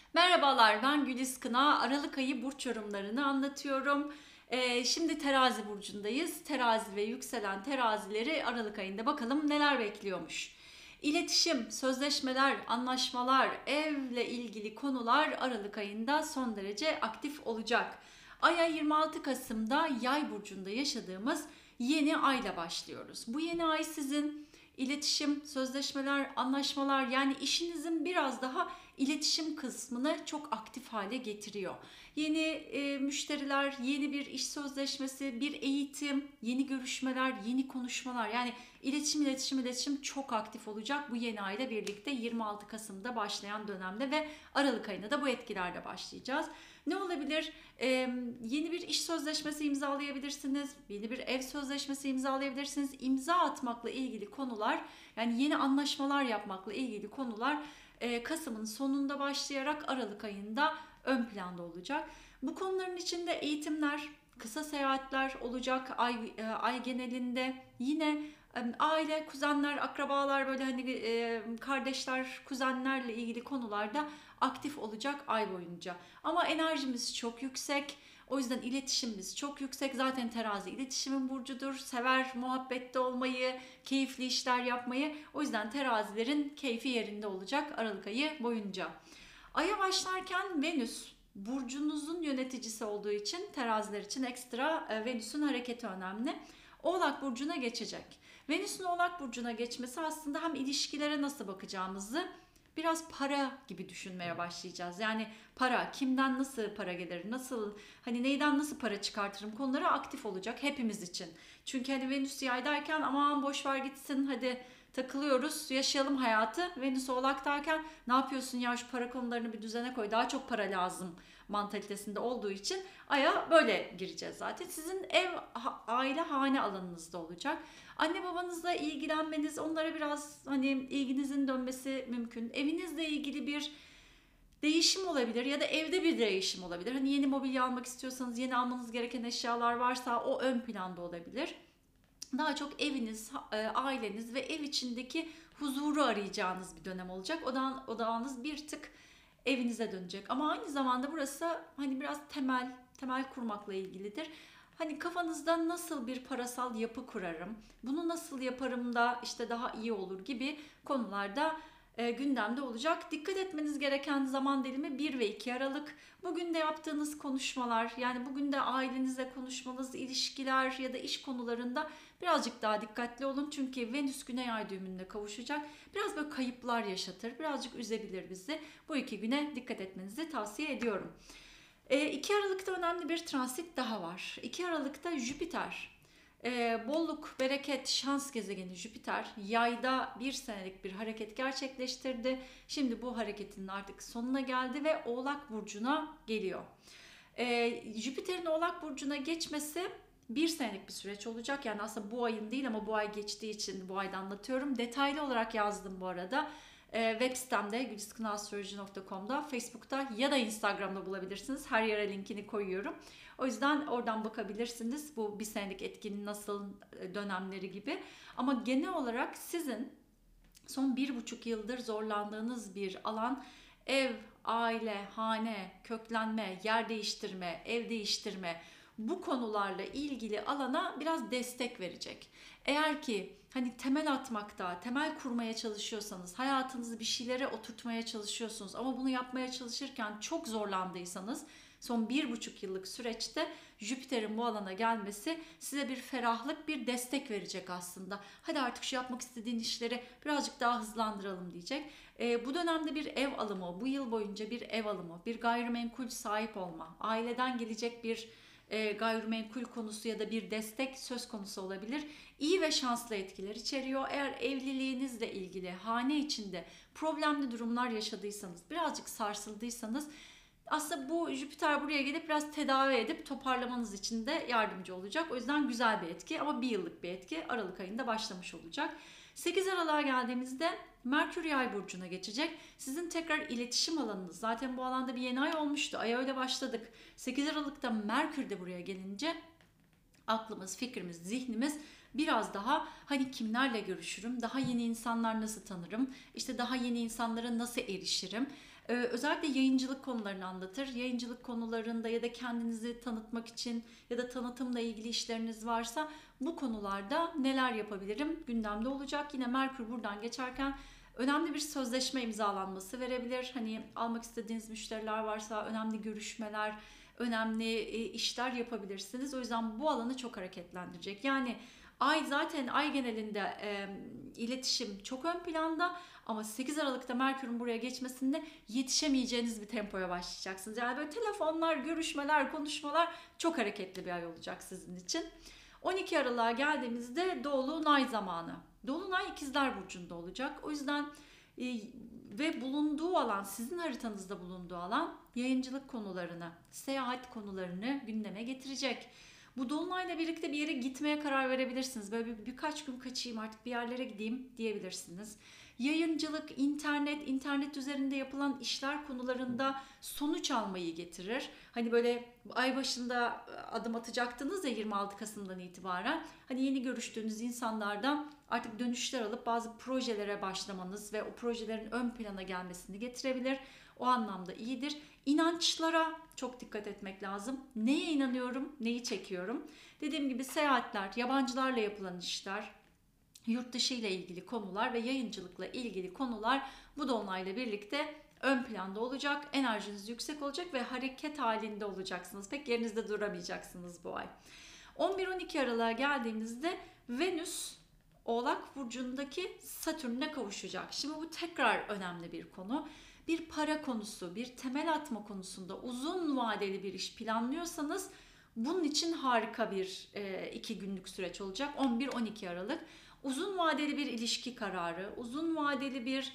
Merhabalar, ben Güliz Kına. Aralık ayı burç yorumlarını anlatıyorum. Şimdi terazi burcundayız. Terazi ve yükselen terazileri Aralık ayında bakalım neler bekliyormuş. İletişim, sözleşmeler, anlaşmalar, evle ilgili konular Aralık ayında son derece aktif olacak. Aya 26 Kasım'da Yay burcunda yaşadığımız yeni ayla başlıyoruz. Bu yeni ay sizin iletişim, sözleşmeler, anlaşmalar yani işinizin biraz daha iletişim kısmını çok aktif hale getiriyor. Yeni müşteriler, yeni bir iş sözleşmesi, bir eğitim, yeni görüşmeler, yeni konuşmalar yani iletişim çok aktif olacak bu yeni ay ile birlikte 26 Kasım'da başlayan dönemde ve Aralık ayında da bu etkilerle başlayacağız. Ne olabilir? Yeni bir iş sözleşmesi imzalayabilirsiniz, yeni bir ev sözleşmesi imzalayabilirsiniz. İmza atmakla ilgili konular, yani yeni anlaşmalar yapmakla ilgili konular Kasım'ın sonunda başlayarak Aralık ayında ön planda olacak. Bu konuların içinde eğitimler, kısa seyahatler olacak ay genelinde. Yine aile, kuzenler, akrabalar böyle hani kardeşler, kuzenlerle ilgili konularda aktif olacak ay boyunca. Ama enerjimiz çok yüksek. O yüzden iletişimimiz çok yüksek. Zaten terazi iletişimin burcudur. Sever muhabbette olmayı, keyifli işler yapmayı. O yüzden terazilerin keyfi yerinde olacak Aralık ayı boyunca. Ay'a başlarken Venüs burcunuzun yöneticisi olduğu için teraziler için ekstra Venüs'ün hareketi önemli. Oğlak burcuna geçecek. Venüs'ün Oğlak burcuna geçmesi aslında hem ilişkilere nasıl bakacağımızı biraz para gibi düşünmeye başlayacağız. Yani para, kimden nasıl para gelir, nasıl hani neyden nasıl para çıkartırım konuları aktif olacak hepimiz için. Çünkü hani Venüs yaydayken aman boş ver gitsin hadi takılıyoruz, yaşayalım hayatı. Venüs Oğlak'tayken ne yapıyorsun ya şu para konularını bir düzene koy daha çok para lazım mantalitesinde olduğu için Ay'a böyle gireceğiz zaten. Sizin ev, aile, hane alanınızda olacak. Anne babanızla ilgilenmeniz, onlara biraz hani ilginizin dönmesi mümkün. Evinizle ilgili bir değişim olabilir ya da evde bir değişim olabilir. Hani yeni mobilya almak istiyorsanız, yeni almanız gereken eşyalar varsa o ön planda olabilir. Daha çok eviniz, aileniz ve ev içindeki huzuru arayacağınız bir dönem olacak. Odağınız bir tık evinize dönecek. Ama aynı zamanda burası hani biraz temel kurmakla ilgilidir. Hani kafanızda nasıl bir parasal yapı kurarım, bunu nasıl yaparım da işte daha iyi olur gibi konularda gündemde olacak. Dikkat etmeniz gereken zaman dilimi 1 ve 2 Aralık. Bugün de yaptığınız konuşmalar, yani bugün de ailenizle konuşmanız, ilişkiler ya da iş konularında birazcık daha dikkatli olun. Çünkü Venüs Güney Ay düğümünde kavuşacak. Biraz böyle kayıplar yaşatır, birazcık üzebilir bizi. Bu 2 güne dikkat etmenizi tavsiye ediyorum. 2 Aralık'ta önemli bir transit daha var. 2 Aralık'ta Jüpiter, bolluk, bereket, şans gezegeni Jüpiter yayda 1 senelik bir hareket gerçekleştirdi. Şimdi bu hareketinin artık sonuna geldi ve Oğlak Burcu'na geliyor. Jüpiter'in Oğlak Burcu'na geçmesi 1 senelik bir süreç olacak. Yani aslında bu ayın değil ama bu ay geçtiği için bu ayda anlatıyorum. Detaylı olarak yazdım bu arada. Web sitemde guliskınastroloji.com'da, Facebook'ta ya da Instagram'da bulabilirsiniz. Her yere linkini koyuyorum. O yüzden oradan bakabilirsiniz bu 1 senelik etkinin nasıl dönemleri gibi. Ama genel olarak sizin son 1,5 yıldır zorlandığınız bir alan ev, aile, hane, köklenme, yer değiştirme, ev değiştirme bu konularla ilgili alana biraz destek verecek. Eğer ki hani temel atmakta, temel kurmaya çalışıyorsanız, hayatınızı bir şeylere oturtmaya çalışıyorsunuz ama bunu yapmaya çalışırken çok zorlandıysanız son 1,5 yıllık süreçte Jüpiter'in bu alana gelmesi size bir ferahlık, bir destek verecek aslında. Hadi artık şu yapmak istediğin işleri birazcık daha hızlandıralım diyecek. Bu dönemde bir ev alımı, bu yıl boyunca bir ev alımı, bir gayrimenkul sahip olma, aileden gelecek bir gayrimenkul konusu ya da bir destek söz konusu olabilir. İyi ve şanslı etkiler içeriyor. Eğer evliliğinizle ilgili hane içinde problemli durumlar yaşadıysanız, birazcık sarsıldıysanız aslında bu Jüpiter buraya gelip biraz tedavi edip toparlamanız için de yardımcı olacak. O yüzden güzel bir etki ama 1 yıllık bir etki Aralık ayında başlamış olacak. 8 Aralık'a geldiğimizde Merkür Yay burcuna geçecek. Sizin tekrar iletişim alanınız. Zaten bu alanda bir yeni ay olmuştu. Ay'a öyle başladık. 8 Aralık'ta Merkür de buraya gelince aklımız, fikrimiz, zihnimiz biraz daha hani kimlerle görüşürüm, daha yeni insanlar nasıl tanırım, işte daha yeni insanlara nasıl erişirim, Özellikle yayıncılık konularını anlatır. Yayıncılık konularında ya da kendinizi tanıtmak için ya da tanıtımla ilgili işleriniz varsa bu konularda neler yapabilirim gündemde olacak. Yine Merkür buradan geçerken önemli bir sözleşme imzalanması verebilir. Hani almak istediğiniz müşteriler varsa önemli görüşmeler, önemli işler yapabilirsiniz. O yüzden bu alanı çok hareketlendirecek. Yani ay zaten ay genelinde iletişim çok ön planda ama 8 Aralık'ta Merkür'ün buraya geçmesinde yetişemeyeceğiniz bir tempoya başlayacaksınız. Yani böyle telefonlar, görüşmeler, konuşmalar çok hareketli bir ay olacak sizin için. 12 Aralık'a geldiğimizde Dolunay zamanı. Dolunay İkizler Burcu'nda olacak. O yüzden ve bulunduğu alan, sizin haritanızda bulunduğu alan yayıncılık konularını, seyahat konularını gündeme getirecek. Bu dolunayla birlikte bir yere gitmeye karar verebilirsiniz. Böyle birkaç gün kaçayım artık bir yerlere gideyim diyebilirsiniz. Yayıncılık, internet üzerinde yapılan işler konularında sonuç almayı getirir. Hani böyle ay başında adım atacaktınız ya 26 Kasım'dan itibaren. Hani yeni görüştüğünüz insanlardan artık dönüşler alıp bazı projelere başlamanız ve o projelerin ön plana gelmesini getirebilir. O anlamda iyidir. İnançlara çok dikkat etmek lazım. Neye inanıyorum, neyi çekiyorum? Dediğim gibi seyahatler, yabancılarla yapılan işler, yurt dışı ile ilgili konular ve yayıncılıkla ilgili konular bu dolunayla birlikte ön planda olacak. Enerjiniz yüksek olacak ve hareket halinde olacaksınız. Pek yerinizde duramayacaksınız bu ay. 11-12 Aralık'a geldiğimizde Venüs Oğlak Burcu'ndaki Satürn'e kavuşacak. Şimdi bu tekrar önemli bir konu. Bir para konusu, bir temel atma konusunda uzun vadeli bir iş planlıyorsanız bunun için harika bir 2 günlük süreç olacak. 11-12 Aralık. Uzun vadeli bir ilişki kararı, uzun vadeli bir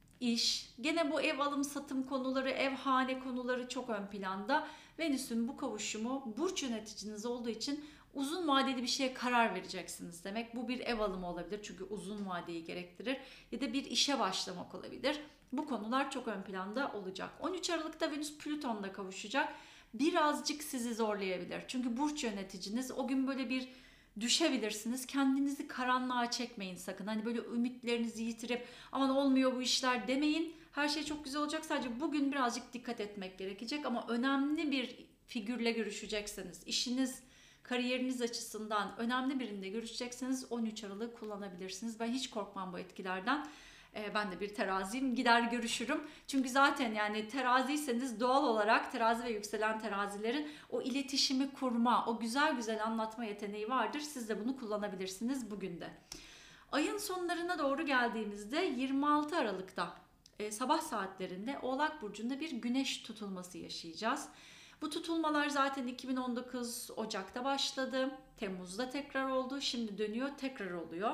iş, gene bu ev alım satım konuları, ev hane konuları çok ön planda. Venüs'ün bu kavuşumu burç yöneticiniz olduğu için uzun vadeli bir şeye karar vereceksiniz demek. Bu bir ev alımı olabilir çünkü uzun vadeyi gerektirir ya da bir işe başlamak olabilir. Bu konular çok ön planda olacak. 13 Aralık'ta Venüs Plüton'la kavuşacak. Birazcık sizi zorlayabilir. Çünkü burç yöneticiniz o gün böyle bir düşebilirsiniz. Kendinizi karanlığa çekmeyin sakın. Hani böyle ümitlerinizi yitirip aman olmuyor bu işler demeyin. Her şey çok güzel olacak. Sadece bugün birazcık dikkat etmek gerekecek ama önemli bir figürle görüşecekseniz, işiniz, kariyeriniz açısından önemli birinde görüşecekseniz 13 Aralık kullanabilirsiniz. Ben hiç korkmam bu etkilerden. Ben de bir teraziyim, gider görüşürüm. Çünkü zaten yani teraziyseniz doğal olarak terazi ve yükselen terazilerin o iletişimi kurma, o güzel güzel anlatma yeteneği vardır. Siz de bunu kullanabilirsiniz bugün de. Ayın sonlarına doğru geldiğimizde 26 Aralık'ta sabah saatlerinde Oğlak Burcu'nda bir güneş tutulması yaşayacağız. Bu tutulmalar zaten 2019 Ocak'ta başladı. Temmuz'da tekrar oldu. Şimdi dönüyor, tekrar oluyor.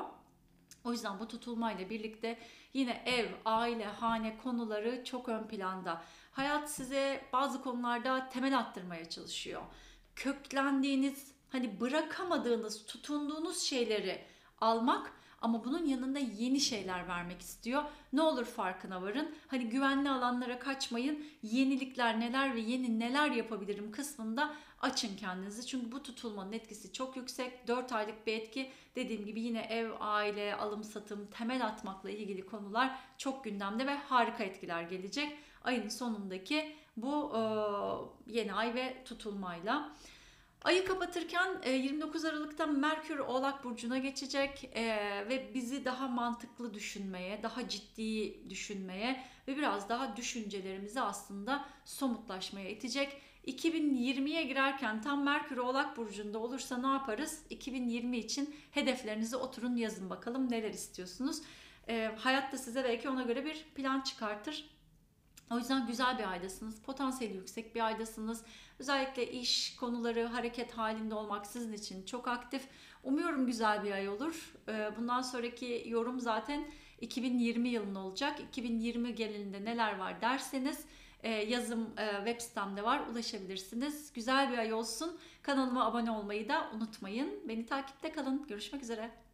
O yüzden bu tutulmayla birlikte yine ev, aile, hane konuları çok ön planda. Hayat size bazı konularda temel attırmaya çalışıyor. Köklendiğiniz, hani bırakamadığınız, tutunduğunuz şeyleri almak ama bunun yanında yeni şeyler vermek istiyor. Ne olur farkına varın. Hani güvenli alanlara kaçmayın. Yenilikler neler ve yeni neler yapabilirim kısmında açın kendinizi. Çünkü bu tutulmanın etkisi çok yüksek. 4 aylık bir etki. Dediğim gibi yine ev, aile, alım satım, temel atmakla ilgili konular çok gündemde ve harika etkiler gelecek. Ayın sonundaki bu yeni ay ve tutulmayla. Ayı kapatırken 29 Aralık'ta Merkür Oğlak Burcu'na geçecek ve bizi daha mantıklı düşünmeye, daha ciddi düşünmeye ve biraz daha düşüncelerimizi aslında somutlaşmaya itecek. 2020'ye girerken tam Merkür Oğlak Burcu'nda olursa ne yaparız? 2020 için hedeflerinizi oturun yazın bakalım neler istiyorsunuz. Hayat da size belki ona göre bir plan çıkartır. O yüzden güzel bir aydasınız. Potansiyeli yüksek bir aydasınız. Özellikle iş konuları hareket halinde olmak sizin için çok aktif. Umuyorum güzel bir ay olur. Bundan sonraki yorum zaten 2020 yılının olacak. 2020 genelinde neler var derseniz yazım web sitemde var. Ulaşabilirsiniz. Güzel bir ay olsun. Kanalıma abone olmayı da unutmayın. Beni takipte kalın. Görüşmek üzere.